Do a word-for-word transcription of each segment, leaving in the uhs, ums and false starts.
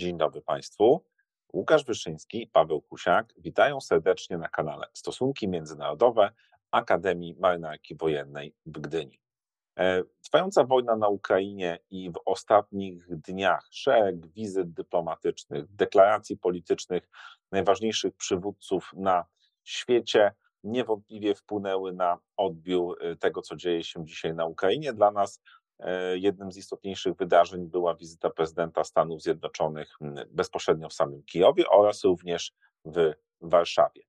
Dzień dobry Państwu. Łukasz Wyszyński i Paweł Kusiak witają serdecznie na kanale Stosunki Międzynarodowe Akademii Marynarki Wojennej w Gdyni. Trwająca wojna na Ukrainie i w ostatnich dniach szereg wizyt dyplomatycznych, deklaracji politycznych najważniejszych przywódców na świecie niewątpliwie wpłynęły na odbiór tego, co dzieje się dzisiaj na Ukrainie. Dla nas jednym z istotniejszych wydarzeń była wizyta prezydenta Stanów Zjednoczonych bezpośrednio w samym Kijowie oraz również w Warszawie.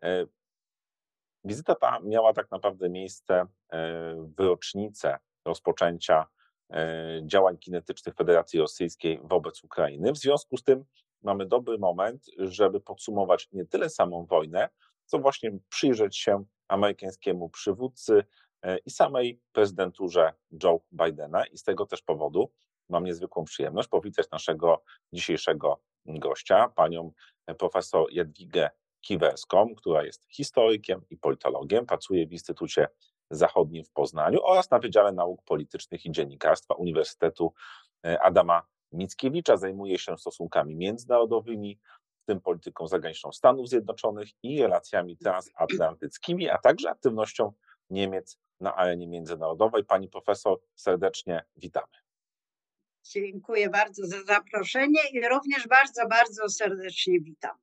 Wizyta ta miała tak naprawdę miejsce w rocznicę rozpoczęcia działań kinetycznych Federacji Rosyjskiej wobec Ukrainy. W związku z tym mamy dobry moment, żeby podsumować nie tyle samą wojnę, co właśnie przyjrzeć się amerykańskiemu przywódcy i samej prezydenturze Joe Bidena. I z tego też powodu mam niezwykłą przyjemność powitać naszego dzisiejszego gościa, panią profesor Jadwigę Kiwerską, która jest historykiem i politologiem, pracuje w Instytucie Zachodnim w Poznaniu oraz na Wydziale Nauk Politycznych i Dziennikarstwa Uniwersytetu Adama Mickiewicza. Zajmuje się stosunkami międzynarodowymi, w tym polityką zagraniczną Stanów Zjednoczonych i relacjami transatlantyckimi, a także aktywnością Niemiec na arenie międzynarodowej. Pani profesor, serdecznie witamy. Dziękuję bardzo za zaproszenie i również bardzo, bardzo serdecznie witam.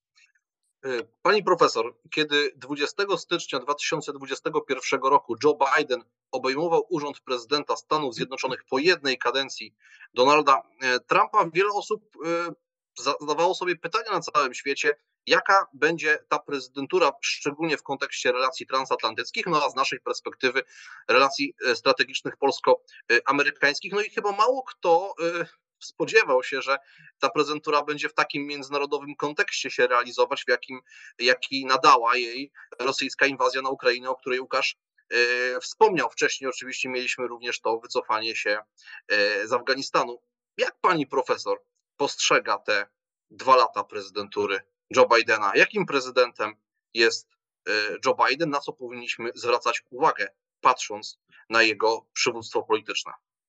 Pani profesor, kiedy dwudziestego stycznia dwa tysiące dwudziestego pierwszego roku Joe Biden obejmował urząd prezydenta Stanów Zjednoczonych po jednej kadencji Donalda Trumpa, wiele osób zadawało sobie pytania na całym świecie, jaka będzie ta prezydentura, szczególnie w kontekście relacji transatlantyckich, no a z naszej perspektywy relacji strategicznych polsko-amerykańskich. No i chyba mało kto spodziewał się, że ta prezydentura będzie w takim międzynarodowym kontekście się realizować, w jakim jaki nadała jej rosyjska inwazja na Ukrainę, o której Łukasz e, wspomniał wcześniej. Oczywiście mieliśmy również to wycofanie się e, z Afganistanu. Jak pani profesor postrzega te dwa lata prezydentury Joe Bidena? Jakim prezydentem jest e, Joe Biden? Na co powinniśmy zwracać uwagę, patrząc na jego przywództwo polityczne?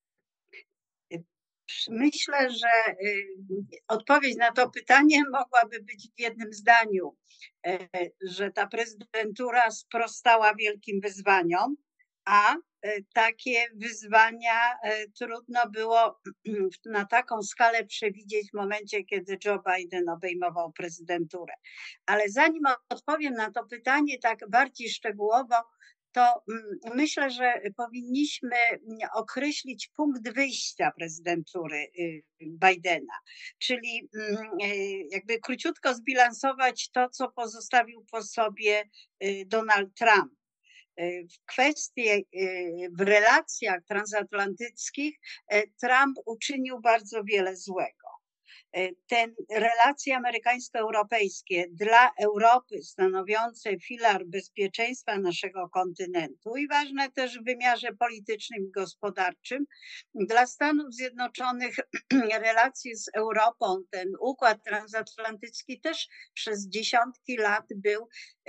Myślę, że odpowiedź na to pytanie mogłaby być w jednym zdaniu, że ta prezydentura sprostała wielkim wyzwaniom, a takie wyzwania trudno było na taką skalę przewidzieć w momencie, kiedy Joe Biden obejmował prezydenturę. Ale zanim odpowiem na to pytanie tak bardziej szczegółowo, to myślę, że powinniśmy określić punkt wyjścia prezydentury Bidena, czyli jakby króciutko zbilansować to, co pozostawił po sobie Donald Trump. W kwestii, w relacjach transatlantyckich Trump uczynił bardzo wiele złego. Te relacje amerykańsko-europejskie dla Europy stanowiące filar bezpieczeństwa naszego kontynentu i ważne też w wymiarze politycznym i gospodarczym, dla Stanów Zjednoczonych relacje z Europą, ten układ transatlantycki też przez dziesiątki lat był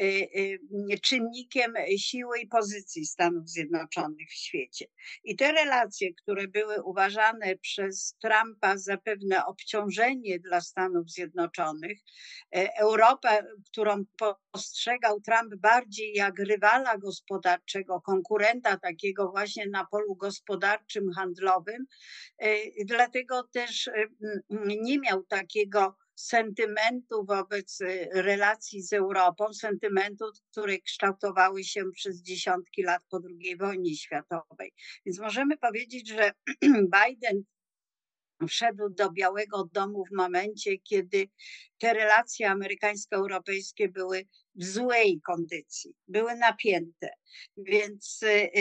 czynnikiem siły i pozycji Stanów Zjednoczonych w świecie. I te relacje, które były uważane przez Trumpa za pewne obciążenie dla Stanów Zjednoczonych, Europę, którą postrzegał Trump bardziej jak rywala gospodarczego, konkurenta takiego właśnie na polu gospodarczym, handlowym, dlatego też nie miał takiego sentymentu wobec relacji z Europą, sentymentu, które kształtowały się przez dziesiątki lat po drugiej wojnie światowej. Więc możemy powiedzieć, że Biden wszedł do Białego Domu w momencie, kiedy te relacje amerykańsko-europejskie były w złej kondycji, były napięte. Więc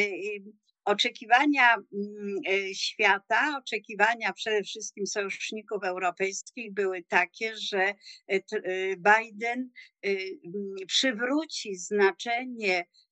oczekiwania świata, oczekiwania przede wszystkim sojuszników europejskich były takie, że Biden przywróci znaczenie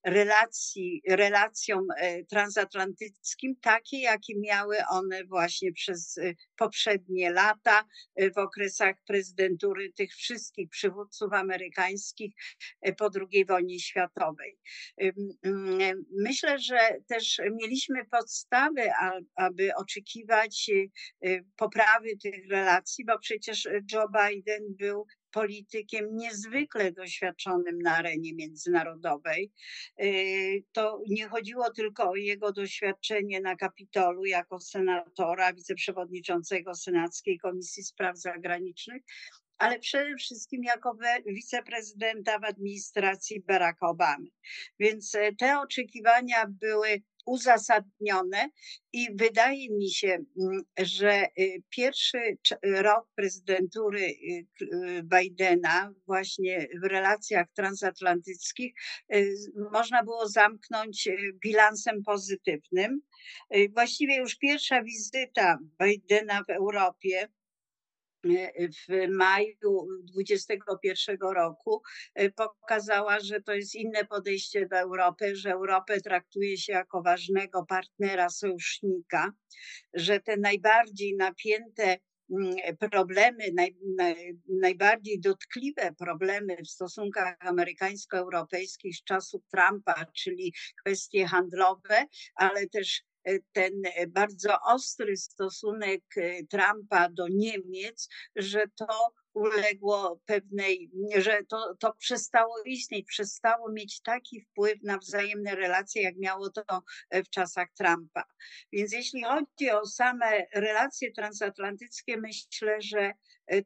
relacji, relacjom transatlantyckim, takie jakie miały one właśnie przez poprzednie lata w okresach prezydentury tych wszystkich przywódców amerykańskich po drugiej wojnie światowej. Myślę, że też mieliśmy podstawy, aby oczekiwać poprawy tych relacji, bo przecież Joe Biden był politykiem niezwykle doświadczonym na arenie międzynarodowej. To nie chodziło tylko o jego doświadczenie na Kapitolu jako senatora, wiceprzewodniczącego Senackiej Komisji Spraw Zagranicznych, ale przede wszystkim jako wiceprezydenta w administracji Baracka Obamy. Więc te oczekiwania były uzasadnione i wydaje mi się, że pierwszy rok prezydentury Bidena właśnie w relacjach transatlantyckich można było zamknąć bilansem pozytywnym. Właściwie już pierwsza wizyta Bidena w Europie w maju dwudziestego pierwszego roku pokazała, że to jest inne podejście do Europy, że Europę traktuje się jako ważnego partnera, sojusznika, że te najbardziej napięte problemy, naj, naj, najbardziej dotkliwe problemy w stosunkach amerykańsko-europejskich z czasów Trumpa, czyli kwestie handlowe, ale też ten bardzo ostry stosunek Trumpa do Niemiec, że to uległo pewnej, że to, to przestało istnieć, przestało mieć taki wpływ na wzajemne relacje, jak miało to w czasach Trumpa. Więc jeśli chodzi o same relacje transatlantyckie, myślę, że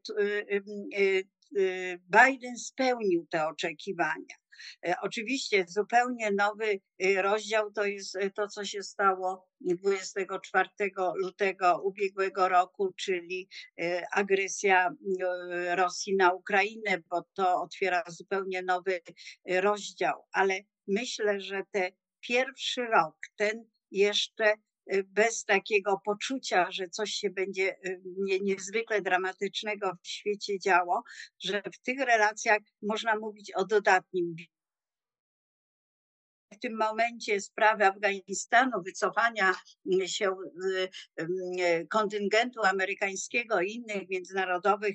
Biden spełnił te oczekiwania. Oczywiście zupełnie nowy rozdział to jest to, co się stało dwudziestego czwartego lutego ubiegłego roku, czyli agresja Rosji na Ukrainę, bo to otwiera zupełnie nowy rozdział. Ale myślę, że ten pierwszy rok, ten jeszcze bez takiego poczucia, że coś się będzie niezwykle dramatycznego w świecie działo, że w tych relacjach można mówić o dodatnim. W tym momencie sprawy Afganistanu, wycofania się kontyngentu amerykańskiego i innych międzynarodowych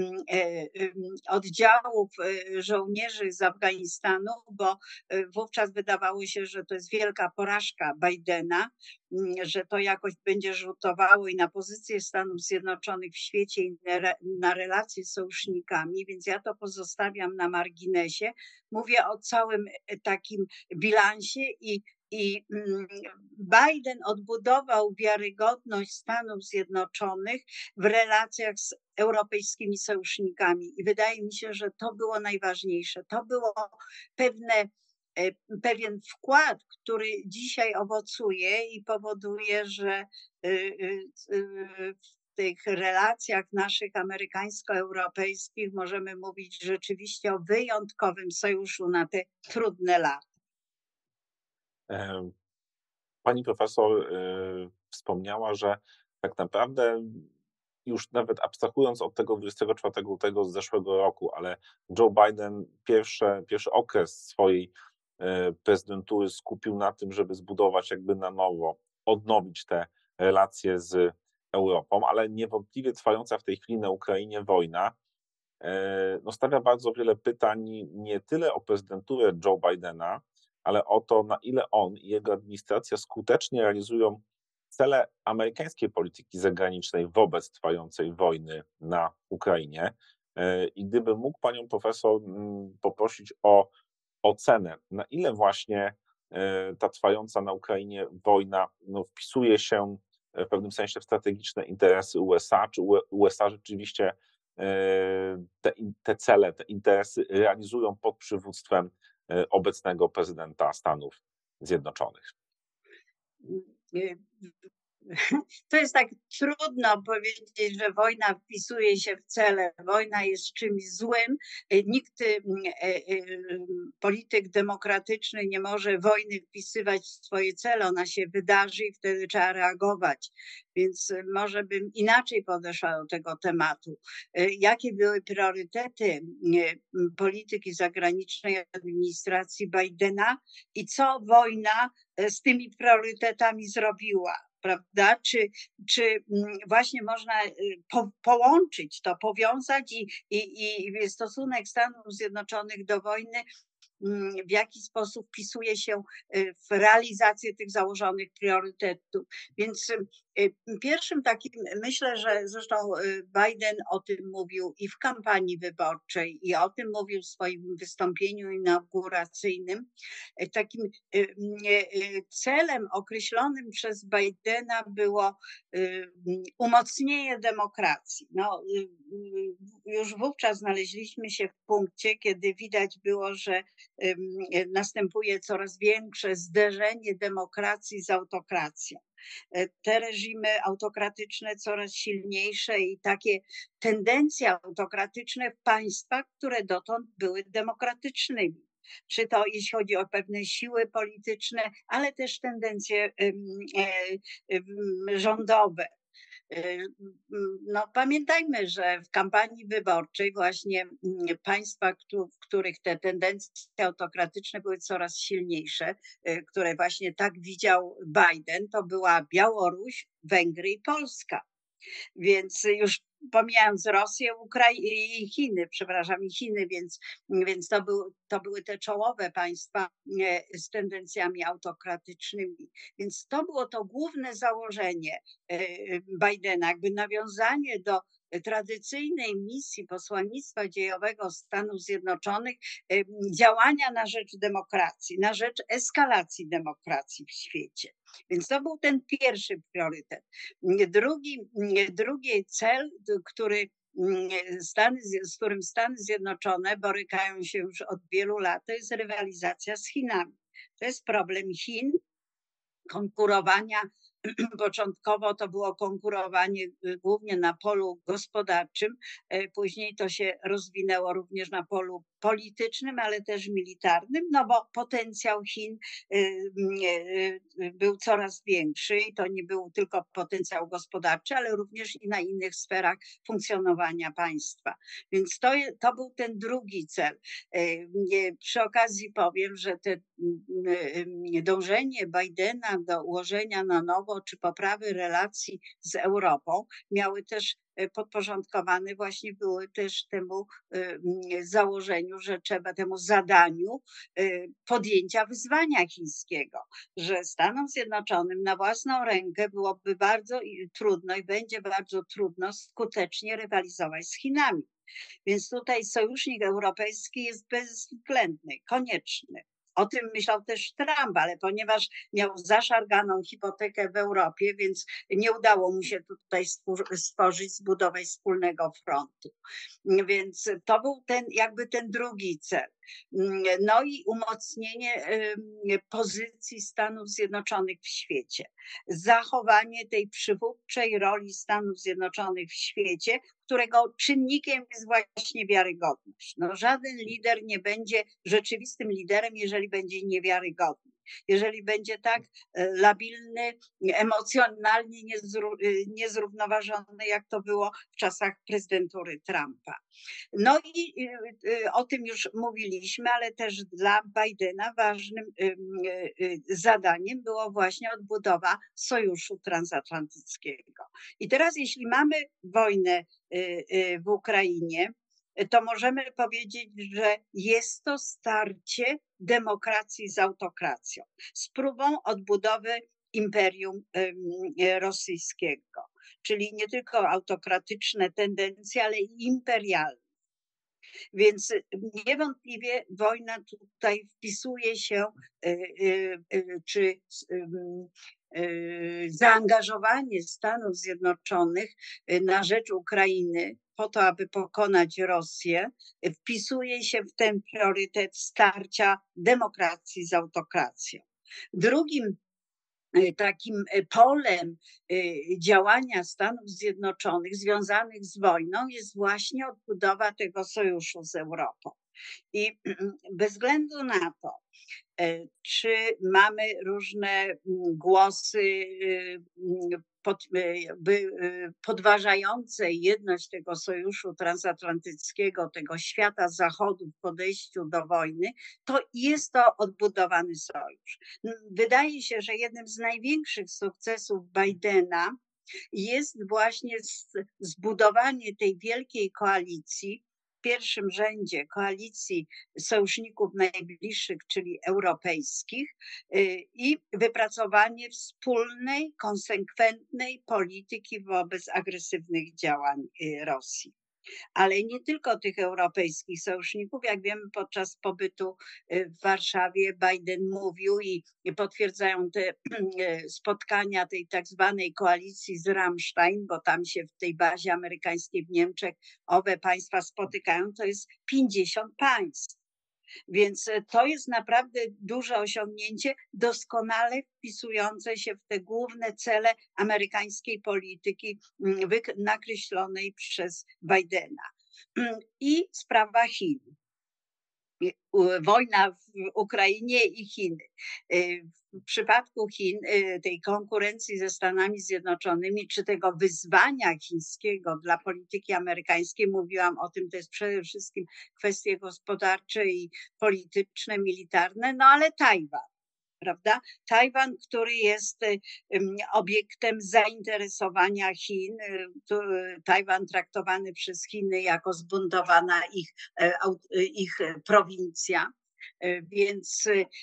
oddziałów żołnierzy z Afganistanu, bo wówczas wydawało się, że to jest wielka porażka Bidena, że to jakoś będzie rzutowało i na pozycję Stanów Zjednoczonych w świecie i na relacje z sojusznikami, więc ja to pozostawiam na marginesie. Mówię o całym takim bilansie i, i Biden odbudował wiarygodność Stanów Zjednoczonych w relacjach z europejskimi sojusznikami i wydaje mi się, że to było najważniejsze. To było pewne pewien wkład, który dzisiaj owocuje i powoduje, że w tych relacjach naszych amerykańsko-europejskich możemy mówić rzeczywiście o wyjątkowym sojuszu na te trudne lata. Pani profesor wspomniała, że tak naprawdę już nawet abstrahując od tego dwudziestego czwartego lutego z zeszłego roku, ale Joe Biden pierwszy, pierwszy okres swojej prezydentury skupił na tym, żeby zbudować jakby na nowo, odnowić te relacje z Europą, ale niewątpliwie trwająca w tej chwili na Ukrainie wojna no, stawia bardzo wiele pytań nie tyle o prezydenturę Joe Bidena, ale o to, na ile on i jego administracja skutecznie realizują cele amerykańskiej polityki zagranicznej wobec trwającej wojny na Ukrainie. I gdybym mógł panią profesor poprosić o ocenę, na ile właśnie ta trwająca na Ukrainie wojna no, wpisuje się w pewnym sensie w strategiczne interesy U S A, czy U S A rzeczywiście te, te cele, te interesy realizują pod przywództwem obecnego prezydenta Stanów Zjednoczonych. To jest tak trudno powiedzieć, że wojna wpisuje się w cele. Wojna jest czymś złym. Nikt, polityk demokratyczny nie może wojny wpisywać w swoje cele. Ona się wydarzy i wtedy trzeba reagować. Więc może bym inaczej podeszła do tego tematu. Jakie były priorytety polityki zagranicznej administracji Bidena i co wojna z tymi priorytetami zrobiła? Prawda? Czy, czy właśnie można po, połączyć to, powiązać i, i, i stosunek Stanów Zjednoczonych do wojny w jaki sposób wpisuje się w realizację tych założonych priorytetów. Więc pierwszym takim, myślę, że zresztą Biden o tym mówił i w kampanii wyborczej, i o tym mówił w swoim wystąpieniu inauguracyjnym, takim celem określonym przez Bidena było umocnienie demokracji. No, już wówczas znaleźliśmy się w punkcie, kiedy widać było, że następuje coraz większe zderzenie demokracji z autokracją. Te reżimy autokratyczne coraz silniejsze i takie tendencje autokratyczne w państwach, które dotąd były demokratycznymi. Czy to jeśli chodzi o pewne siły polityczne, ale też tendencje rządowe. No, pamiętajmy, że w kampanii wyborczej właśnie państwa, w których te tendencje autokratyczne były coraz silniejsze, które właśnie tak widział Biden, to była Białoruś, Węgry i Polska. Więc już pomijając Rosję, Ukrainę i Chiny, przepraszam, i Chiny, więc, więc to, był, to były te czołowe państwa z tendencjami autokratycznymi. Więc to było to główne założenie Bidena, jakby nawiązanie do tradycyjnej misji posłannictwa dziejowego Stanów Zjednoczonych, działania na rzecz demokracji, na rzecz eskalacji demokracji w świecie. Więc to był ten pierwszy priorytet. Drugi, drugi cel, który Stany, z którym Stany Zjednoczone borykają się już od wielu lat, to jest rywalizacja z Chinami. To jest problem Chin, konkurowania. Początkowo to było konkurowanie głównie na polu gospodarczym, później to się rozwinęło również na polu politycznym, ale też militarnym, no bo potencjał Chin był coraz większy i to nie był tylko potencjał gospodarczy, ale również i na innych sferach funkcjonowania państwa. Więc to, to był ten drugi cel. Przy okazji powiem, że te dążenie Bidena do ułożenia na nowo czy poprawy relacji z Europą miały też podporządkowane właśnie były też temu założeniu, że trzeba temu zadaniu podjęcia wyzwania chińskiego, że Stanom Zjednoczonym na własną rękę byłoby bardzo trudno i będzie bardzo trudno skutecznie rywalizować z Chinami. Więc tutaj sojusznik europejski jest bezwzględny, konieczny. O tym myślał też Trump, ale ponieważ miał zaszarganą hipotekę w Europie, więc nie udało mu się tutaj stworzyć, zbudować wspólnego frontu. Więc to był ten, jakby ten drugi cel. No i umocnienie pozycji Stanów Zjednoczonych w świecie. Zachowanie tej przywódczej roli Stanów Zjednoczonych w świecie, którego czynnikiem jest właśnie wiarygodność. No, żaden lider nie będzie rzeczywistym liderem, jeżeli będzie niewiarygodny. Jeżeli będzie tak labilny, emocjonalnie niezrównoważony, jak to było w czasach prezydentury Trumpa. No i o tym już mówiliśmy, ale też dla Bidena ważnym zadaniem było właśnie odbudowa sojuszu transatlantyckiego. I teraz jeśli mamy wojnę w Ukrainie, to możemy powiedzieć, że jest to starcie demokracji z autokracją, z próbą odbudowy imperium rosyjskiego, czyli nie tylko autokratyczne tendencje, ale i imperialne. Więc niewątpliwie wojna tutaj wpisuje się, czy zaangażowanie Stanów Zjednoczonych na rzecz Ukrainy po to, aby pokonać Rosję, wpisuje się w ten priorytet starcia demokracji z autokracją. Drugim takim polem działania Stanów Zjednoczonych związanych z wojną jest właśnie odbudowa tego sojuszu z Europą. I bez względu na to, czy mamy różne głosy pod, by, podważające jedność tego sojuszu transatlantyckiego, tego świata zachodu w podejściu do wojny, to jest to odbudowany sojusz. Wydaje się, że jednym z największych sukcesów Bidena jest właśnie zbudowanie tej wielkiej koalicji, w pierwszym rzędzie koalicji sojuszników najbliższych, czyli europejskich, i wypracowanie wspólnej, konsekwentnej polityki wobec agresywnych działań Rosji. Ale nie tylko tych europejskich sojuszników. Jak wiemy, podczas pobytu w Warszawie Biden mówił i potwierdzają te spotkania tej tak zwanej koalicji z Ramstein, bo tam się w tej bazie amerykańskiej w Niemczech owe państwa spotykają, to jest pięćdziesiąt państw. Więc to jest naprawdę duże osiągnięcie, doskonale wpisujące się w te główne cele amerykańskiej polityki nakreślonej przez Bidena. I sprawa Chin. Wojna w Ukrainie i Chiny. W przypadku Chin, tej konkurencji ze Stanami Zjednoczonymi, czy tego wyzwania chińskiego dla polityki amerykańskiej, mówiłam o tym, to jest przede wszystkim kwestie gospodarcze i polityczne, militarne, no ale Tajwan. Prawda? Tajwan, który jest obiektem zainteresowania Chin, Tajwan traktowany przez Chiny jako zbuntowana ich, ich prowincja, więc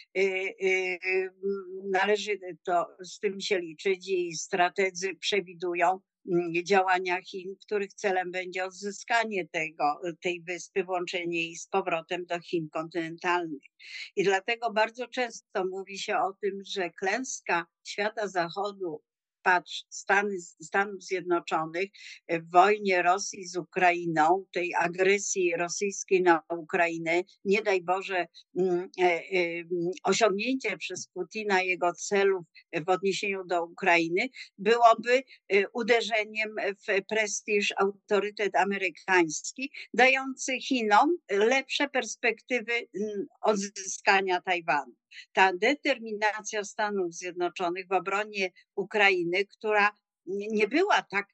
należy to z tym się liczyć i strategzy przewidują działania Chin, których celem będzie odzyskanie tego, tej wyspy, włączenie jej z powrotem do Chin kontynentalnych. I dlatego bardzo często mówi się o tym, że klęska świata zachodu, patrz, Stany, Stanów Zjednoczonych w wojnie Rosji z Ukrainą, tej agresji rosyjskiej na Ukrainę, nie daj Boże osiągnięcie przez Putina jego celów w odniesieniu do Ukrainy, byłoby uderzeniem w prestiż, autorytet amerykański, dający Chinom lepsze perspektywy odzyskania Tajwanu. Ta determinacja Stanów Zjednoczonych w obronie Ukrainy, która nie była tak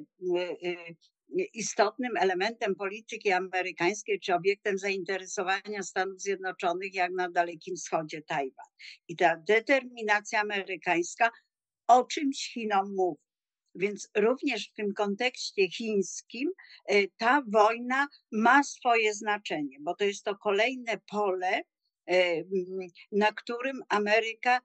istotnym elementem polityki amerykańskiej czy obiektem zainteresowania Stanów Zjednoczonych jak na Dalekim Wschodzie Tajwan. I ta determinacja amerykańska o czymś Chinom mówi. Więc również w tym kontekście chińskim ta wojna ma swoje znaczenie, bo to jest to kolejne pole, na którym Ameryka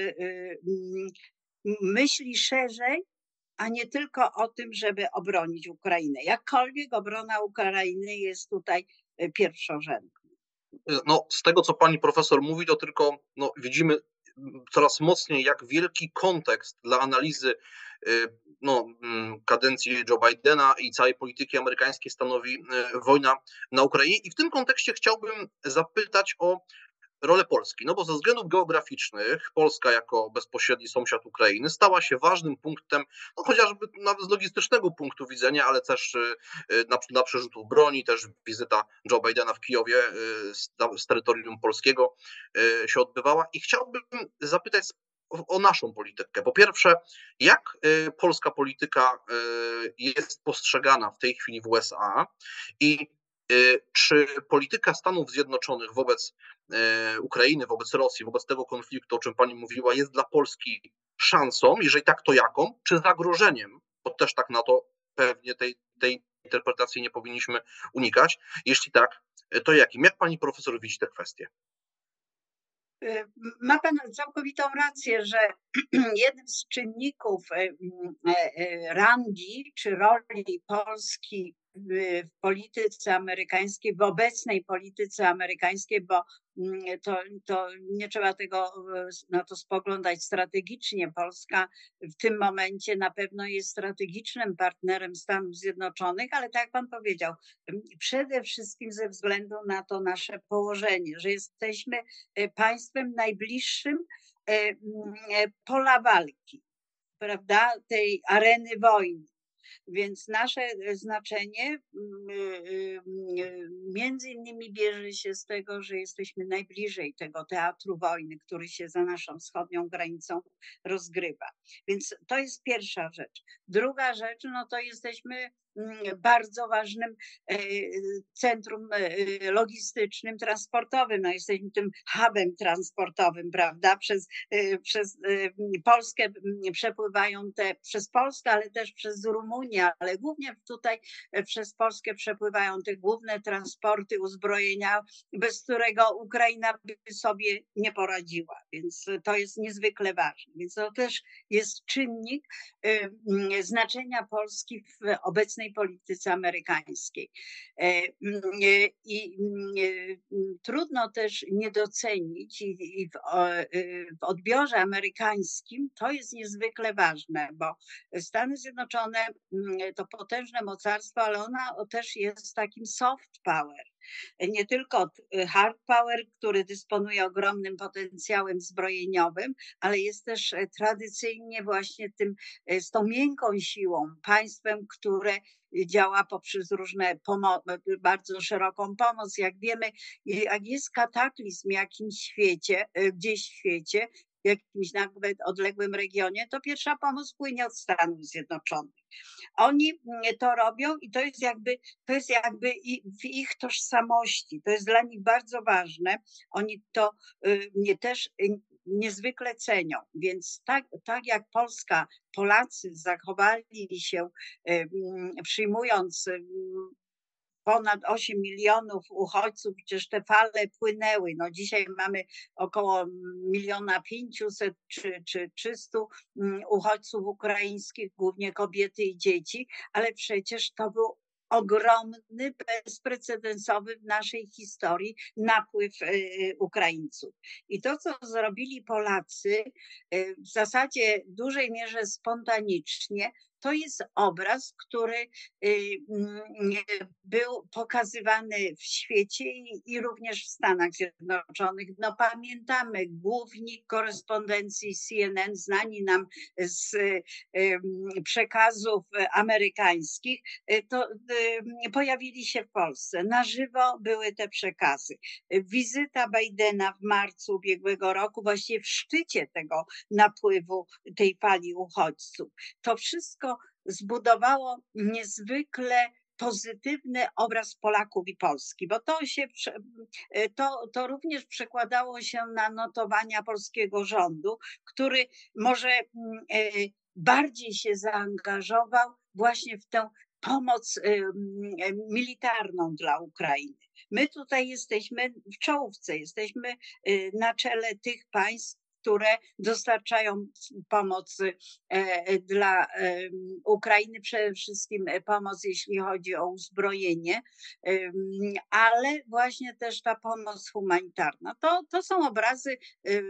myśli szerzej, a nie tylko o tym, żeby obronić Ukrainę. Jakkolwiek obrona Ukrainy jest tutaj pierwszorzędna. No, z tego, co pani profesor mówi, to tylko no, widzimy coraz mocniej, jak wielki kontekst dla analizy no, kadencji Joe Bidena i całej polityki amerykańskiej stanowi wojna na Ukrainie. I w tym kontekście chciałbym zapytać o rolę Polski, no bo ze względów geograficznych Polska jako bezpośredni sąsiad Ukrainy stała się ważnym punktem, no chociażby nawet z logistycznego punktu widzenia, ale też na, dla przerzutów broni, też wizyta Joe Bidena w Kijowie z, z terytorium polskiego się odbywała i chciałbym zapytać o naszą politykę. Po pierwsze, jak polska polityka jest postrzegana w tej chwili w U S A i czy polityka Stanów Zjednoczonych wobec Ukrainy, wobec Rosji, wobec tego konfliktu, o czym pani mówiła, jest dla Polski szansą, jeżeli tak, to jaką, czy zagrożeniem, bo też tak na to pewnie tej, tej interpretacji nie powinniśmy unikać. Jeśli tak, to jakim? Jak pani profesor widzi te kwestie? Ma pan całkowitą rację, że jednym z czynników rangi czy roli Polski w polityce amerykańskiej, w obecnej polityce amerykańskiej, bo to, to nie trzeba tego na to spoglądać strategicznie. Polska w tym momencie na pewno jest strategicznym partnerem Stanów Zjednoczonych, ale tak jak pan powiedział, przede wszystkim ze względu na to nasze położenie, że jesteśmy państwem najbliższym pola walki, prawda, tej areny wojny. Więc nasze znaczenie między innymi bierze się z tego, że jesteśmy najbliżej tego teatru wojny, który się za naszą wschodnią granicą rozgrywa. Więc to jest pierwsza rzecz. Druga rzecz, no to jesteśmy bardzo ważnym centrum logistycznym, transportowym. No jesteśmy tym hubem transportowym, prawda? Przez, przez Polskę przepływają te, przez Polskę, ale też przez Rumunię, ale głównie tutaj przez Polskę przepływają te główne transporty uzbrojenia, bez którego Ukraina by sobie nie poradziła. Więc to jest niezwykle ważne. Więc to też jest czynnik znaczenia Polski w obecnej polityce amerykańskiej. I trudno też nie docenić i w odbiorze amerykańskim to jest niezwykle ważne, bo Stany Zjednoczone to potężne mocarstwo, ale ona też jest takim soft power. Nie tylko hard power, który dysponuje ogromnym potencjałem zbrojeniowym, ale jest też tradycyjnie właśnie tym, z tą miękką siłą, państwem, które działa poprzez różne bardzo szeroką pomoc. Jak wiemy, jak jest kataklizm w jakimś świecie, gdzieś w świecie, w jakimś nawet odległym regionie, to pierwsza pomoc płynie od Stanów Zjednoczonych. Oni to robią i to jest jakby, to jest jakby w ich tożsamości. To jest dla nich bardzo ważne. Oni to mnie też niezwykle cenią. Więc tak, tak jak Polska, Polacy zachowali się przyjmując ponad osiem milionów uchodźców, przecież te fale płynęły. No dzisiaj mamy około miliona pięciuset czy, czy trzystu uchodźców ukraińskich, głównie kobiety i dzieci, ale przecież to był ogromny, bezprecedensowy w naszej historii napływ Ukraińców. I to, co zrobili Polacy, w zasadzie w dużej mierze spontanicznie, to jest obraz, który był pokazywany w świecie i, i również w Stanach Zjednoczonych. No pamiętamy główni korespondencji C N N, znani nam z przekazów amerykańskich, to pojawili się w Polsce. Na żywo były te przekazy. Wizyta Bidena w marcu ubiegłego roku, właściwie w szczycie tego napływu, tej fali uchodźców. To wszystko zbudowało niezwykle pozytywny obraz Polaków i Polski, bo to się, to, to również przekładało się na notowania polskiego rządu, który może bardziej się zaangażował właśnie w tę pomoc militarną dla Ukrainy. My tutaj jesteśmy w czołówce, jesteśmy na czele tych państw, które dostarczają pomoc dla Ukrainy, przede wszystkim pomoc, jeśli chodzi o uzbrojenie, ale właśnie też ta pomoc humanitarna. To, to są obrazy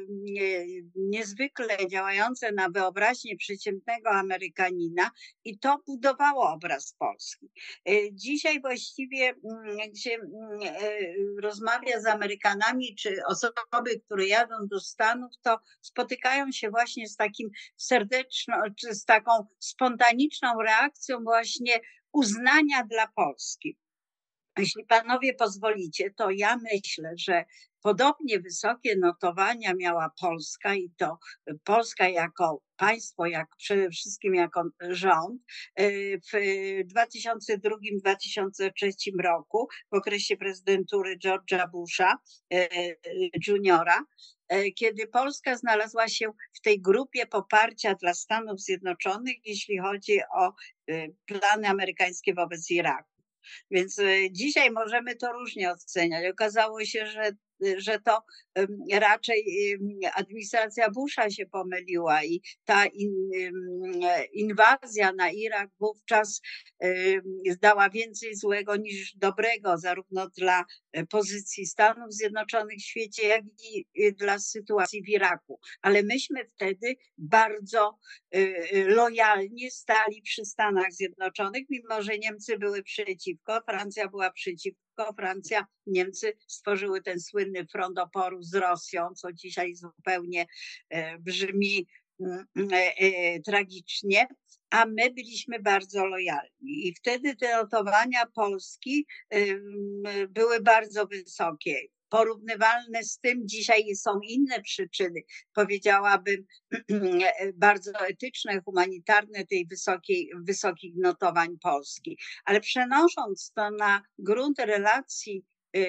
niezwykle działające na wyobraźnię przeciętnego Amerykanina i to budowało obraz Polski. Dzisiaj właściwie, jak się rozmawia z Amerykanami, czy osoby, które jadą do Stanów, to spotykają się właśnie z takim serdeczną, czy z taką spontaniczną reakcją właśnie uznania dla Polski. Jeśli panowie pozwolicie, to ja myślę, że podobnie wysokie notowania miała Polska i to Polska jako państwo, jak przede wszystkim jako rząd w dwa tysiące drugim do dwa tysiące trzecim roku w okresie prezydentury George'a Busha juniora, kiedy Polska znalazła się w tej grupie poparcia dla Stanów Zjednoczonych, jeśli chodzi o plany amerykańskie wobec Iraku. Więc dzisiaj możemy to różnie oceniać. Okazało się, że że to raczej administracja Busha się pomyliła i ta in, inwazja na Irak wówczas zdała więcej złego niż dobrego, zarówno dla pozycji Stanów Zjednoczonych w świecie, jak i dla sytuacji w Iraku. Ale myśmy wtedy bardzo lojalnie stali przy Stanach Zjednoczonych, mimo że Niemcy były przeciwko, Francja była przeciwko. Francja, Niemcy stworzyły ten słynny front oporu z Rosją, co dzisiaj zupełnie brzmi tragicznie, a my byliśmy bardzo lojalni i wtedy te notowania Polski były bardzo wysokie. Porównywalne z tym, dzisiaj są inne przyczyny, powiedziałabym, bardzo etyczne, humanitarne tej wysokiej, wysokich notowań Polski. Ale przenosząc to na grunt relacji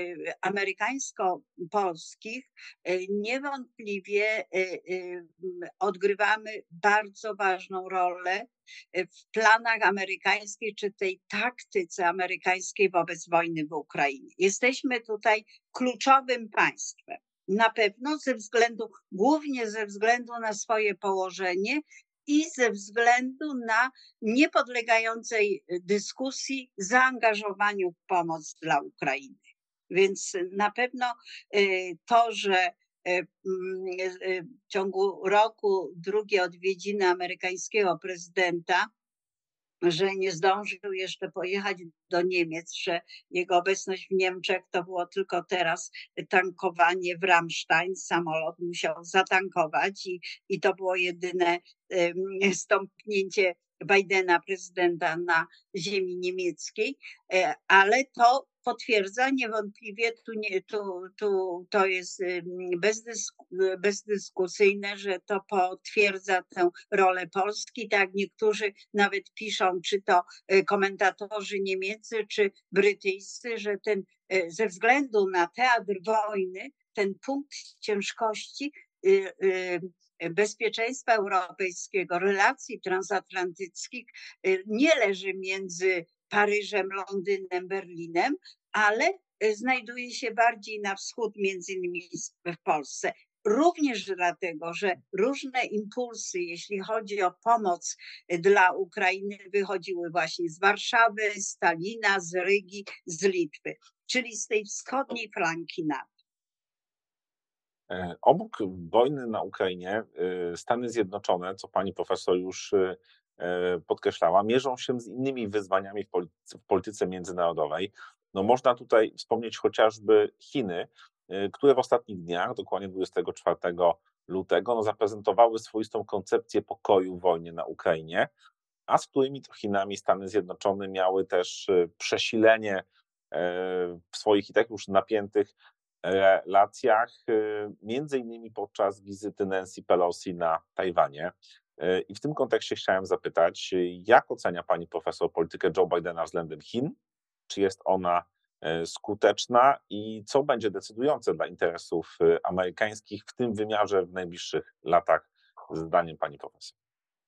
amerykańsko-polskich, niewątpliwie odgrywamy bardzo ważną rolę w planach amerykańskich, czy tej taktyce amerykańskiej wobec wojny w Ukrainie. Jesteśmy tutaj kluczowym państwem. Na pewno ze względu, głównie ze względu na swoje położenie i ze względu na niepodlegającej dyskusji zaangażowaniu w pomoc dla Ukrainy. Więc na pewno to, że w ciągu roku drugie odwiedziny amerykańskiego prezydenta, że nie zdążył jeszcze pojechać do Niemiec, że jego obecność w Niemczech to było tylko teraz tankowanie w Ramstein, samolot musiał zatankować i, i to było jedyne um, stąpnięcie Bidena, prezydenta, na ziemi niemieckiej, ale to potwierdza niewątpliwie, tu, nie, tu, tu to jest bezdysku, bezdyskusyjne, że to potwierdza tę rolę Polski, tak jak niektórzy nawet piszą, czy to komentatorzy niemieccy, czy brytyjscy, że ten ze względu na teatr wojny, ten punkt ciężkości bezpieczeństwa europejskiego, relacji transatlantyckich nie leży między Paryżem, Londynem, Berlinem, ale znajduje się bardziej na wschód, między innymi w Polsce. Również dlatego, że różne impulsy, jeśli chodzi o pomoc dla Ukrainy, wychodziły właśnie z Warszawy, z Tallina, z Rygi, z Litwy, czyli z tej wschodniej flanki NATO. Obok wojny na Ukrainie Stany Zjednoczone, co pani profesor już podkreślała, mierzą się z innymi wyzwaniami w polityce, w polityce międzynarodowej. No można tutaj wspomnieć chociażby Chiny, które w ostatnich dniach, dokładnie dwudziestego czwartego lutego, no zaprezentowały swoistą koncepcję pokoju w wojnie na Ukrainie, a z którymi to Chinami Stany Zjednoczone miały też przesilenie w swoich i tak już napiętych relacjach, między innymi podczas wizyty Nancy Pelosi na Tajwanie. I w tym kontekście chciałem zapytać, jak ocenia pani profesor politykę Joe Bidena względem Chin? Czy jest ona skuteczna i co będzie decydujące dla interesów amerykańskich w tym wymiarze w najbliższych latach, zdaniem pani profesor?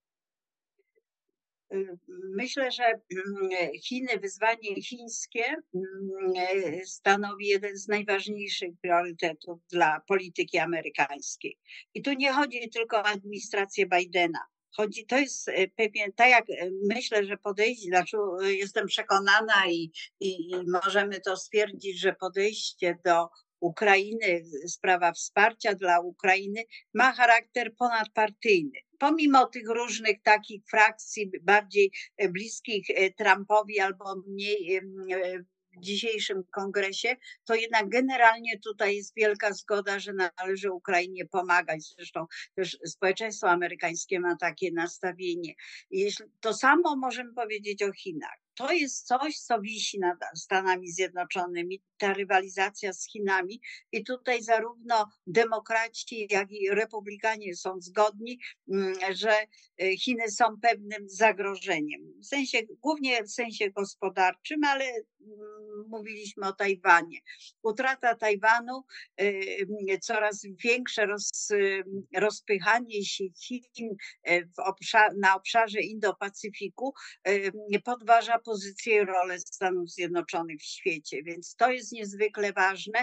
Myślę, że Chiny, wyzwanie chińskie stanowi jeden z najważniejszych priorytetów dla polityki amerykańskiej. I tu nie chodzi tylko o administrację Bidena. Chodzi, to jest pewien, tak jak myślę, że podejście, znaczy jestem przekonana i, i, i możemy to stwierdzić, że podejście do Ukrainy, sprawa wsparcia dla Ukrainy ma charakter ponadpartyjny. Pomimo tych różnych takich frakcji bardziej bliskich Trumpowi albo mniej w dzisiejszym kongresie, to jednak generalnie tutaj jest wielka zgoda, że należy Ukrainie pomagać. Zresztą też społeczeństwo amerykańskie ma takie nastawienie. Jeśli, to samo możemy powiedzieć o Chinach. To jest coś, co wisi nad Stanami Zjednoczonymi, ta rywalizacja z Chinami i tutaj zarówno demokraci, jak i republikanie są zgodni, że Chiny są pewnym zagrożeniem. W sensie, głównie w sensie gospodarczym, ale mówiliśmy o Tajwanie. Utrata Tajwanu, coraz większe roz, rozpychanie się Chin w obszar, na obszarze Indo-Pacyfiku podważa pozycję i rolę Stanów Zjednoczonych w świecie, więc to jest niezwykle ważne.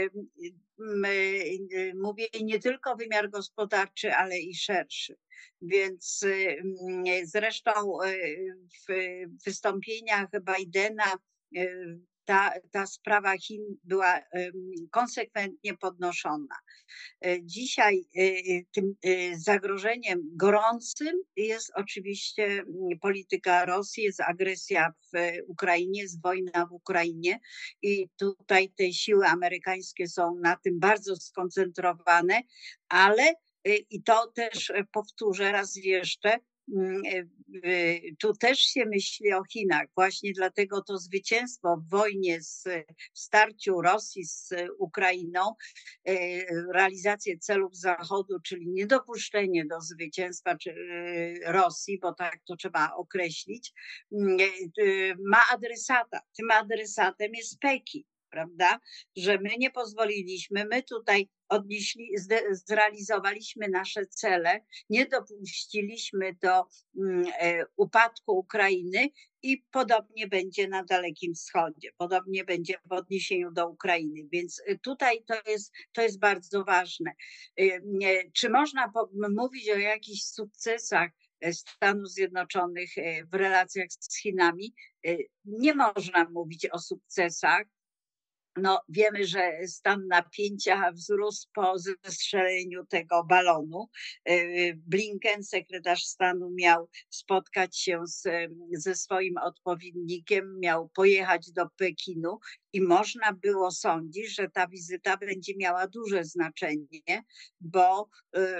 Mówię nie tylko wymiar gospodarczy, ale i szerszy. Więc zresztą w wystąpieniach Bidena ta, ta sprawa Chin była konsekwentnie podnoszona. Dzisiaj tym zagrożeniem gorącym jest oczywiście polityka Rosji, jest agresja w Ukrainie, jest wojna w Ukrainie i tutaj te siły amerykańskie są na tym bardzo skoncentrowane, ale i to też powtórzę raz jeszcze, tu też się myśli o Chinach, właśnie dlatego to zwycięstwo w wojnie, z, w starciu Rosji z Ukrainą, realizację celów Zachodu, czyli niedopuszczenie do zwycięstwa Rosji, bo tak to trzeba określić, ma adresata. Tym adresatem jest Pekin, prawda? Że my nie pozwoliliśmy, my tutaj odnieśli, zrealizowaliśmy nasze cele, nie dopuściliśmy do um, upadku Ukrainy i podobnie będzie na Dalekim Wschodzie, podobnie będzie w odniesieniu do Ukrainy, więc tutaj to jest, to jest bardzo ważne. Czy można mówić o jakichś sukcesach Stanów Zjednoczonych w relacjach z Chinami? Nie można mówić o sukcesach. No, wiemy, że stan napięcia wzrósł po zestrzeleniu tego balonu. Blinken, sekretarz stanu, miał spotkać się z, ze swoim odpowiednikiem, miał pojechać do Pekinu i można było sądzić, że ta wizyta będzie miała duże znaczenie, bo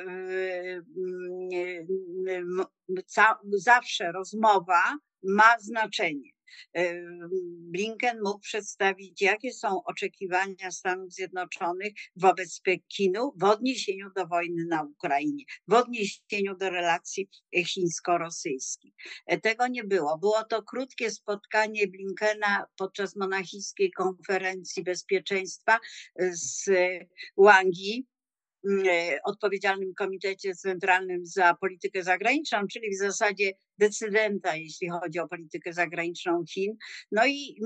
zawsze rozmowa ma znaczenie. Blinken mógł przedstawić, jakie są oczekiwania Stanów Zjednoczonych wobec Pekinu w odniesieniu do wojny na Ukrainie, w odniesieniu do relacji chińsko-rosyjskich. Tego nie było. Było to krótkie spotkanie Blinkena podczas monachijskiej konferencji bezpieczeństwa z Wangi, odpowiedzialnym komitecie centralnym za politykę zagraniczną, czyli w zasadzie decydenta, jeśli chodzi o politykę zagraniczną Chin. No i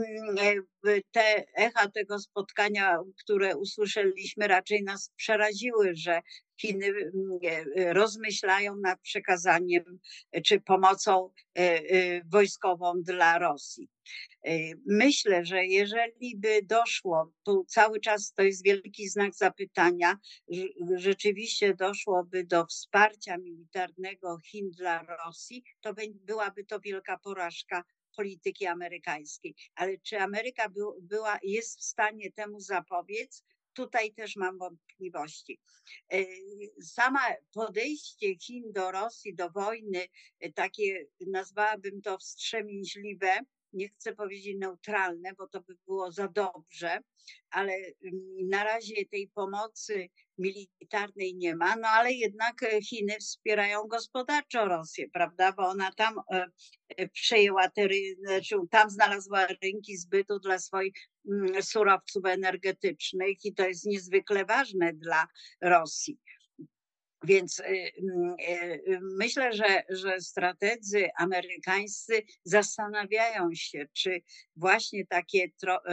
te echa tego spotkania, które usłyszeliśmy, raczej nas przeraziły, że Chiny rozmyślają nad przekazaniem czy pomocą wojskową dla Rosji. Myślę, że jeżeli by doszło, tu cały czas to jest wielki znak zapytania, rzeczywiście doszłoby do wsparcia militarnego Chin dla Rosji, to byłaby to wielka porażka polityki amerykańskiej. Ale czy Ameryka była, jest w stanie temu zapobiec? Tutaj też mam wątpliwości. Sama podejście Chin do Rosji, do wojny, takie nazwałabym to wstrzemięźliwe, nie chcę powiedzieć neutralne, bo to by było za dobrze, ale na razie tej pomocy militarnej nie ma, no ale jednak Chiny wspierają gospodarczo Rosję, prawda, bo ona tam przejęła te, znaczy tam znalazła rynki zbytu dla swoich surowców energetycznych i to jest niezwykle ważne dla Rosji. Więc myślę, że, że strategzy amerykańscy zastanawiają się, czy właśnie takie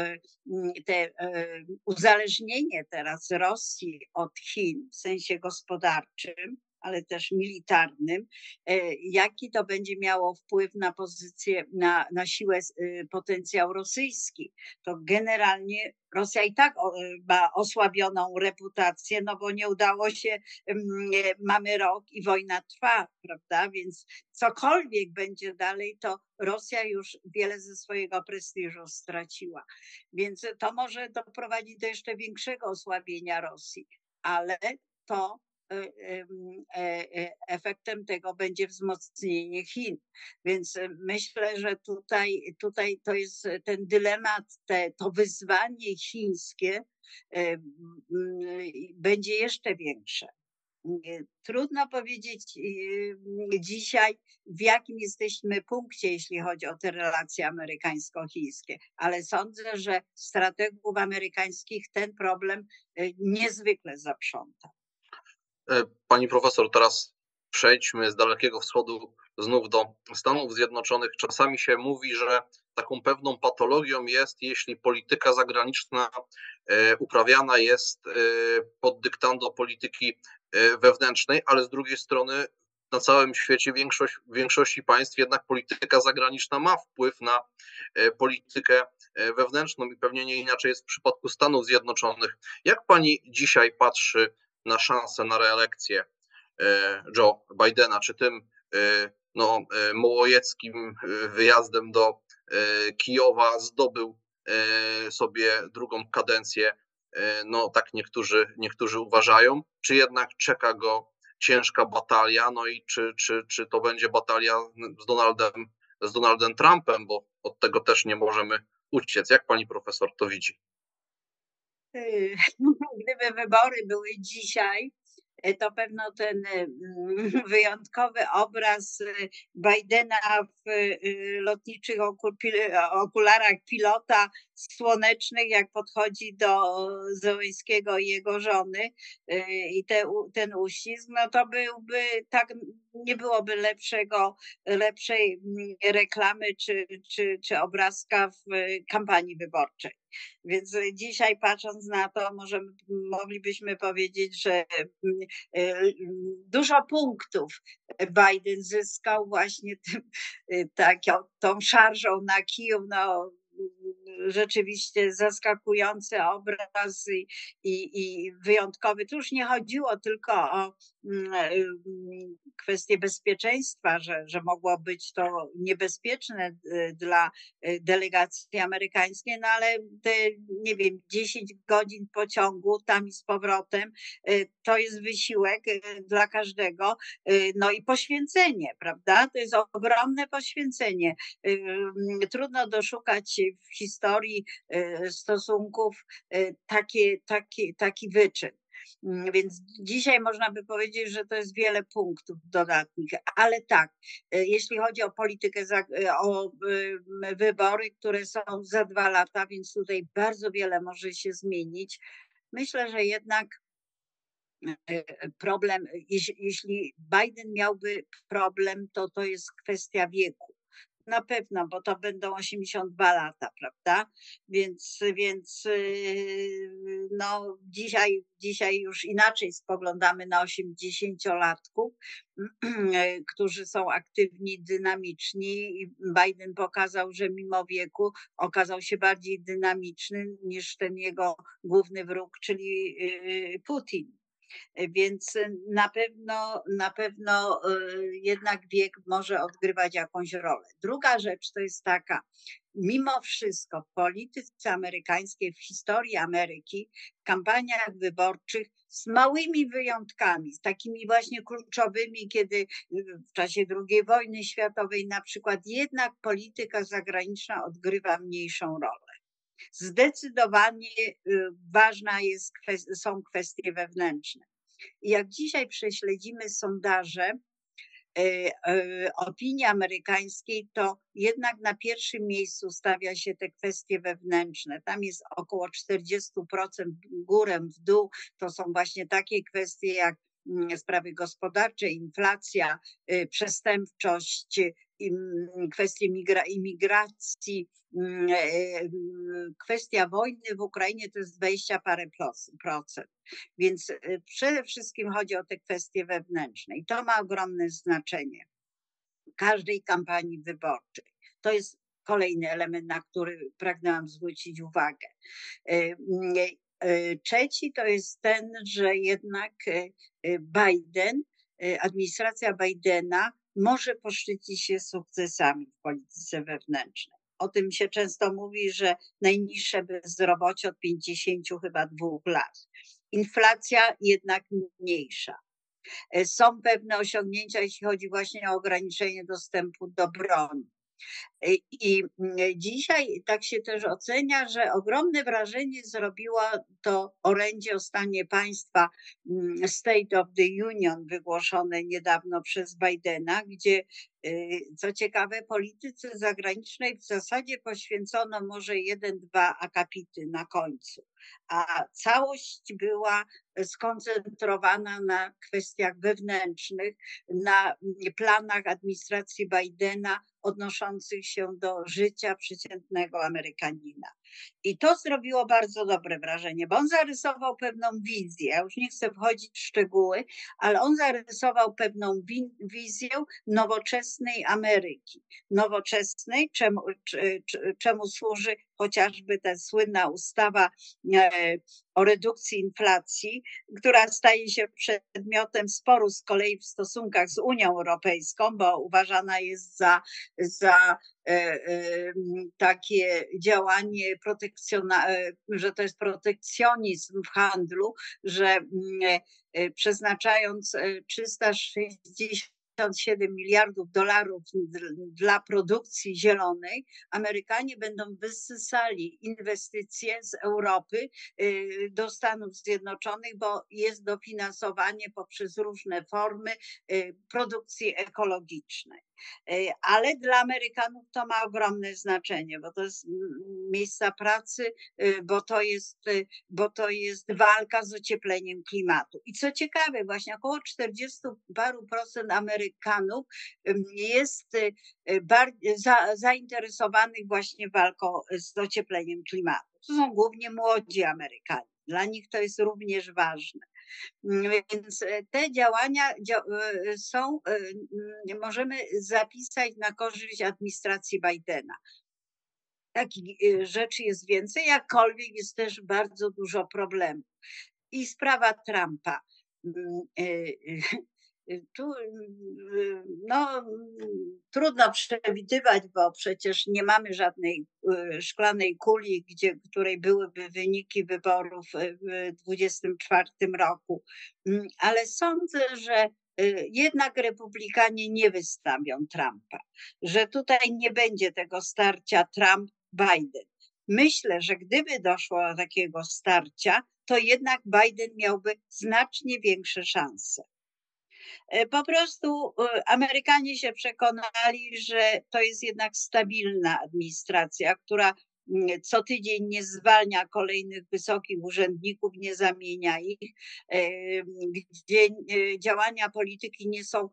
te uzależnienie teraz Rosji od Chin w sensie gospodarczym, ale też militarnym, jaki to będzie miało wpływ na pozycję, na, na siłę, potencjał rosyjski. To generalnie Rosja i tak ma osłabioną reputację, no bo nie udało się, mamy rok i wojna trwa, prawda? Więc cokolwiek będzie dalej, to Rosja już wiele ze swojego prestiżu straciła. Więc to może doprowadzić do jeszcze większego osłabienia Rosji, ale to efektem tego będzie wzmocnienie Chin. Więc myślę, że tutaj, tutaj to jest ten dylemat, te, to wyzwanie chińskie będzie jeszcze większe. Trudno powiedzieć dzisiaj, w jakim jesteśmy punkcie, jeśli chodzi o te relacje amerykańsko-chińskie, ale sądzę, że strategów amerykańskich ten problem niezwykle zaprząta. Pani profesor, teraz przejdźmy z Dalekiego Wschodu znów do Stanów Zjednoczonych. Czasami się mówi, że taką pewną patologią jest, jeśli polityka zagraniczna uprawiana jest pod dyktando polityki wewnętrznej, ale z drugiej strony na całym świecie większość, w większości państw jednak polityka zagraniczna ma wpływ na politykę wewnętrzną i pewnie nie inaczej jest w przypadku Stanów Zjednoczonych. Jak pani dzisiaj patrzy na szansę na reelekcję Joe Bidena? Czy tym no, mołojeckim wyjazdem do Kijowa zdobył sobie drugą kadencję, no tak niektórzy, niektórzy uważają, czy jednak czeka go ciężka batalia, no i czy, czy, czy to będzie batalia z Donaldem, z Donaldem Trumpem, bo od tego też nie możemy uciec. Jak pani profesor to widzi? Gdyby wybory były dzisiaj, to pewno ten wyjątkowy obraz Bidena w lotniczych okularach pilota słonecznych, jak podchodzi do Zełenskiego i jego żony i te, ten uścisk, no to byłby tak, nie byłoby lepszego, lepszej reklamy czy, czy, czy obrazka w kampanii wyborczej. Więc dzisiaj patrząc na to, możemy, moglibyśmy powiedzieć, że dużo punktów Biden zyskał właśnie tym, taką, tą szarżą na Kijów. No, rzeczywiście zaskakujący obraz i, i, i wyjątkowy. Tu już nie chodziło tylko o kwestię bezpieczeństwa, że, że mogło być to niebezpieczne dla delegacji amerykańskiej, no ale te, nie wiem, dziesięć godzin pociągu tam i z powrotem, to jest wysiłek dla każdego, no i poświęcenie, prawda? To jest ogromne poświęcenie. Trudno doszukać w historii stosunków takie, taki, taki wyczyn. Więc dzisiaj można by powiedzieć, że to jest wiele punktów dodatnich, ale tak, jeśli chodzi o politykę, o wybory, które są za dwa lata, więc tutaj bardzo wiele może się zmienić. Myślę, że jednak problem, jeśli Biden miałby problem, to to jest kwestia wieku. Na pewno, bo to będą osiemdziesiąt dwa lata, prawda? Więc, więc no, dzisiaj, dzisiaj już inaczej spoglądamy na osiemdziesięciolatków, którzy są aktywni, dynamiczni. I Biden pokazał, że mimo wieku okazał się bardziej dynamiczny niż ten jego główny wróg, czyli Putin. Więc na pewno, na pewno jednak wiek może odgrywać jakąś rolę. Druga rzecz to jest taka, mimo wszystko w polityce amerykańskiej, w historii Ameryki, w kampaniach wyborczych z małymi wyjątkami, z takimi właśnie kluczowymi, kiedy w czasie drugiej wojny światowej na przykład jednak polityka zagraniczna odgrywa mniejszą rolę. Zdecydowanie ważna jest, są kwestie wewnętrzne. I jak dzisiaj prześledzimy sondaże opinii amerykańskiej, to jednak na pierwszym miejscu stawia się te kwestie wewnętrzne. Tam jest około czterdzieści procent górę w dół. To są właśnie takie kwestie jak sprawy gospodarcze, inflacja, przestępczość, kwestie imigracji, kwestia wojny w Ukrainie to jest dwadzieścia parę procent. Więc przede wszystkim chodzi o te kwestie wewnętrzne i to ma ogromne znaczenie w każdej kampanii wyborczej. To jest kolejny element, na który pragnęłam zwrócić uwagę. Trzeci to jest ten, że jednak Biden, administracja Bidena może poszczycić się sukcesami w polityce wewnętrznej. O tym się często mówi, że najniższe bezrobocie od pięćdziesięciu chyba dwóch lat. Inflacja jednak mniejsza. Są pewne osiągnięcia, jeśli chodzi właśnie o ograniczenie dostępu do broni. I dzisiaj tak się też ocenia, że ogromne wrażenie zrobiło to orędzie o stanie państwa State of the Union wygłoszone niedawno przez Bidena, gdzie co ciekawe polityce zagranicznej w zasadzie poświęcono może jeden, dwa akapity na końcu, a całość była skoncentrowana na kwestiach wewnętrznych, na planach administracji Bidena odnoszących się do życia przeciętnego Amerykanina. I to zrobiło bardzo dobre wrażenie, bo on zarysował pewną wizję, ja już nie chcę wchodzić w szczegóły, ale on zarysował pewną wi- wizję nowoczesnej Ameryki. Nowoczesnej, czemu, czemu służy chociażby ta słynna ustawa o redukcji inflacji, która staje się przedmiotem sporu z kolei w stosunkach z Unią Europejską, bo uważana jest za, za e, e, takie działanie protekcjonalne, że to jest protekcjonizm w handlu, że e, przeznaczając trzysta sześćdziesiąt siedem miliardów dolarów dla produkcji zielonej, Amerykanie będą wysysali inwestycje z Europy do Stanów Zjednoczonych, bo jest dofinansowanie poprzez różne formy produkcji ekologicznej. Ale dla Amerykanów to ma ogromne znaczenie, bo to jest miejsca pracy, bo to jest, bo to jest walka z ociepleniem klimatu. I co ciekawe, właśnie około czterdzieści paru procent Amerykanów jest bardziej za, zainteresowanych właśnie walką z ociepleniem klimatu. To są głównie młodzi Amerykanie. Dla nich to jest również ważne. Więc te działania są, możemy zapisać na korzyść administracji Bidena. Takich rzeczy jest więcej, jakkolwiek jest też bardzo dużo problemów. I sprawa Trumpa. Tu no, trudno przewidywać, bo przecież nie mamy żadnej szklanej kuli, gdzie, której byłyby wyniki wyborów w dwudziestym czwartym roku. Ale sądzę, że jednak republikanie nie wystawią Trumpa, że tutaj nie będzie tego starcia Trump-Biden. Myślę, że gdyby doszło do takiego starcia, to jednak Biden miałby znacznie większe szanse. Po prostu Amerykanie się przekonali, że to jest jednak stabilna administracja, która co tydzień nie zwalnia kolejnych wysokich urzędników, nie zamienia ich, gdzie działania polityki nie są,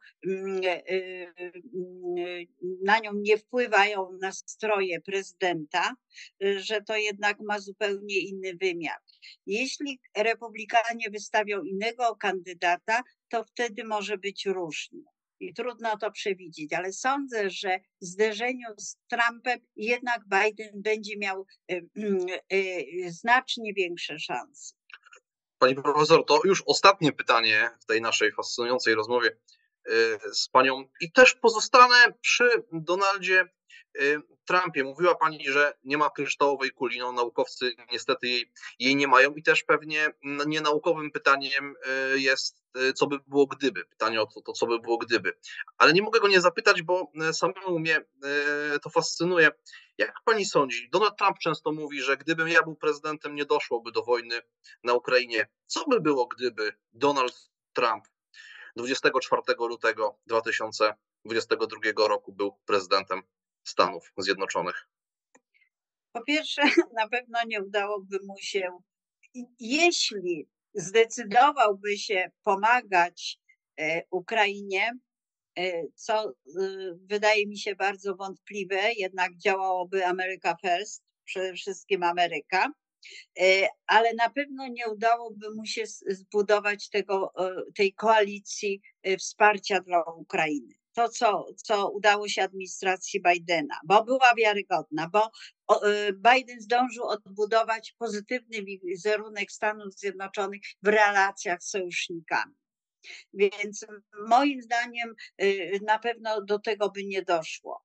na nią nie wpływają nastroje prezydenta, że to jednak ma zupełnie inny wymiar. Jeśli republikanie wystawią innego kandydata, to wtedy może być różnie. I trudno to przewidzieć, ale sądzę, że w zderzeniu z Trumpem jednak Biden będzie miał y, y, y, znacznie większe szanse. Pani profesor, to już ostatnie pytanie w tej naszej fascynującej rozmowie z panią i też pozostanę przy Donaldzie Trumpie. Mówiła pani, że nie ma kryształowej kuli. No, naukowcy niestety jej, jej nie mają i też pewnie nienaukowym pytaniem jest, co by było gdyby. Pytanie o to, to, co by było gdyby. Ale nie mogę go nie zapytać, bo samemu mnie to fascynuje. Jak pani sądzi? Donald Trump często mówi, że gdybym ja był prezydentem, nie doszłoby do wojny na Ukrainie. Co by było, gdyby Donald Trump dwudziestego czwartego lutego dwa tysiące dwudziestego drugiego roku był prezydentem Stanów Zjednoczonych? Po pierwsze, na pewno nie udałoby mu się, jeśli zdecydowałby się pomagać Ukrainie, co wydaje mi się bardzo wątpliwe, jednak działałoby America First, przede wszystkim Ameryka, ale na pewno nie udałoby mu się zbudować tego, tej koalicji wsparcia dla Ukrainy. To, co, co udało się administracji Bidena, bo była wiarygodna, bo Biden zdążył odbudować pozytywny wizerunek Stanów Zjednoczonych w relacjach z sojusznikami. Więc moim zdaniem na pewno do tego by nie doszło.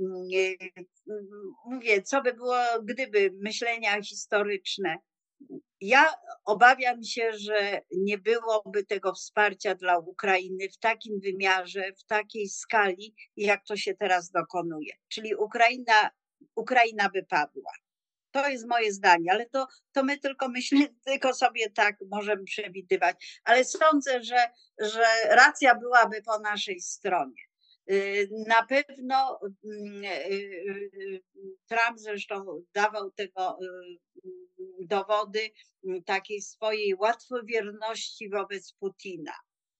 Mówię, co by było, gdyby myślenia historyczne. Ja obawiam się, że nie byłoby tego wsparcia dla Ukrainy w takim wymiarze, w takiej skali, jak to się teraz dokonuje. Czyli Ukraina, Ukraina by padła. To jest moje zdanie, ale to, to my tylko myślimy, tylko sobie tak możemy przewidywać. Ale sądzę, że, że racja byłaby po naszej stronie. Na pewno Trump zresztą dawał tego dowody takiej swojej łatwowierności wobec Putina.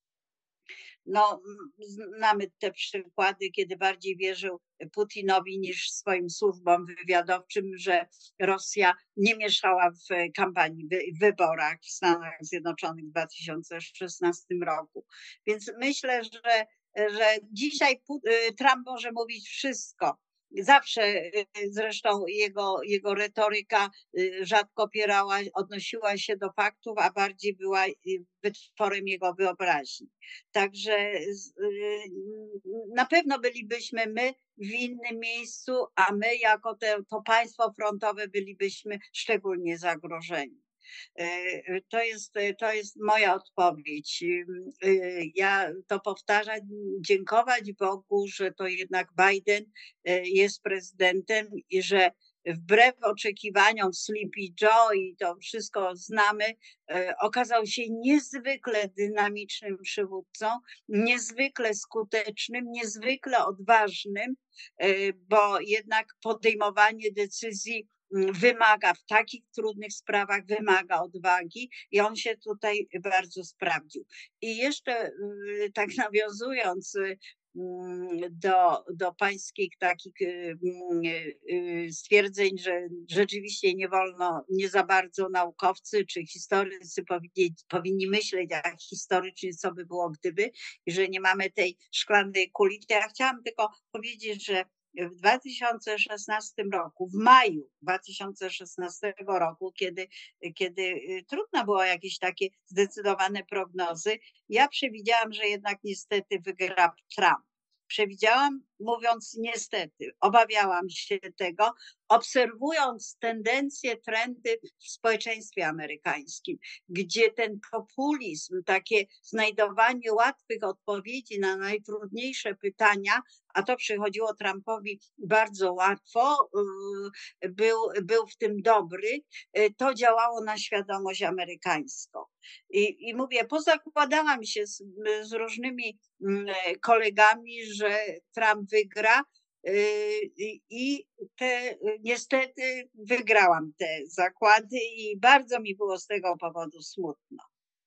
No, znamy te przykłady, kiedy bardziej wierzył Putinowi niż swoim służbom wywiadowczym, że Rosja nie mieszała w kampanii, w wyborach w Stanach Zjednoczonych w dwa tysiące szesnastym roku. Więc myślę, że, że dzisiaj Trump może mówić wszystko. Zawsze zresztą jego, jego retoryka rzadko opierała, odnosiła się do faktów, a bardziej była wytworem jego wyobraźni. Także na pewno bylibyśmy my w innym miejscu, a my jako te, to państwo frontowe bylibyśmy szczególnie zagrożeni. To jest, to jest moja odpowiedź. Ja to powtarzam, dziękować Bogu, że to jednak Biden jest prezydentem i że wbrew oczekiwaniom Sleepy Joe i to wszystko znamy, okazał się niezwykle dynamicznym przywódcą, niezwykle skutecznym, niezwykle odważnym, bo jednak podejmowanie decyzji wymaga w takich trudnych sprawach, wymaga odwagi i on się tutaj bardzo sprawdził. I jeszcze tak nawiązując do, do pańskich takich stwierdzeń, że rzeczywiście nie wolno, nie za bardzo naukowcy czy historycy powinni, powinni myśleć, a historycznie co by było gdyby, i że nie mamy tej szklanej kuli. To ja chciałam tylko powiedzieć, że w dwa tysiące szesnastym roku, w maju dwa tysiące szesnastego roku, kiedy, kiedy trudno było jakieś takie zdecydowane prognozy, ja przewidziałam, że jednak niestety wygra Trump. Przewidziałam, mówiąc niestety, obawiałam się tego, obserwując tendencje, trendy w społeczeństwie amerykańskim, gdzie ten populizm, takie znajdowanie łatwych odpowiedzi na najtrudniejsze pytania, a to przychodziło Trumpowi bardzo łatwo, był, był w tym dobry, to działało na świadomość amerykańską. I, i mówię, pozakładałam się z, z różnymi kolegami, że Trump wygra, i te, niestety wygrałam te zakłady i bardzo mi było z tego powodu smutno.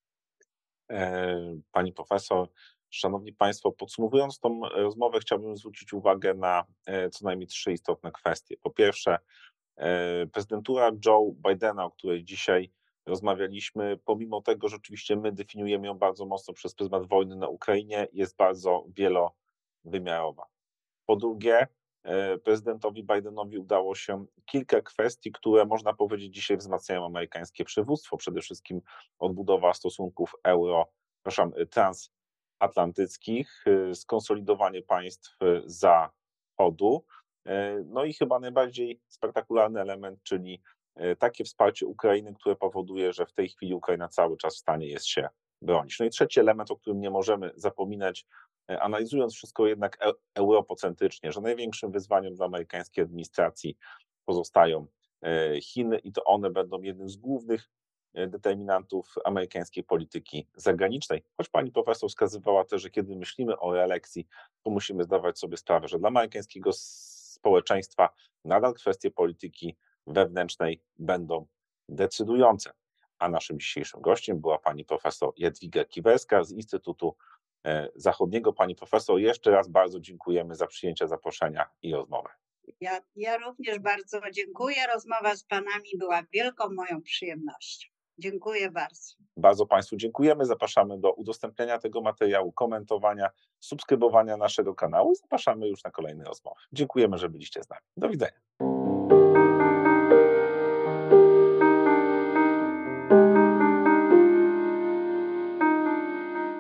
Pani profesor, szanowni państwo, podsumowując tą rozmowę, chciałbym zwrócić uwagę na co najmniej trzy istotne kwestie. Po pierwsze, prezydentura Joe Bidena, o której dzisiaj rozmawialiśmy, pomimo tego, że oczywiście my definiujemy ją bardzo mocno przez pryzmat wojny na Ukrainie, jest bardzo wielowymiarowa. Po drugie, prezydentowi Bidenowi udało się kilka kwestii, które można powiedzieć dzisiaj wzmacniają amerykańskie przywództwo, przede wszystkim odbudowa stosunków euro, przepraszam, transatlantyckich, skonsolidowanie państw Zachodu, no i chyba najbardziej spektakularny element, czyli takie wsparcie Ukrainy, które powoduje, że w tej chwili Ukraina cały czas w stanie jest się bronić. No i trzeci element, o którym nie możemy zapominać, analizując wszystko jednak europocentrycznie, że największym wyzwaniem dla amerykańskiej administracji pozostają Chiny i to one będą jednym z głównych determinantów amerykańskiej polityki zagranicznej. Choć pani profesor wskazywała też, że kiedy myślimy o reelekcji, to musimy zdawać sobie sprawę, że dla amerykańskiego społeczeństwa nadal kwestie polityki wewnętrznej będą decydujące. A naszym dzisiejszym gościem była pani profesor Jadwiga Kiwerska z Instytutu Zachodniego. Pani profesor, jeszcze raz bardzo dziękujemy za przyjęcie zaproszenia i rozmowę. Ja, ja również bardzo dziękuję. Rozmowa z panami była wielką moją przyjemnością. Dziękuję bardzo. Bardzo państwu dziękujemy. Zapraszamy do udostępniania tego materiału, komentowania, subskrybowania naszego kanału i zapraszamy już na kolejne rozmowy. Dziękujemy, że byliście z nami. Do widzenia.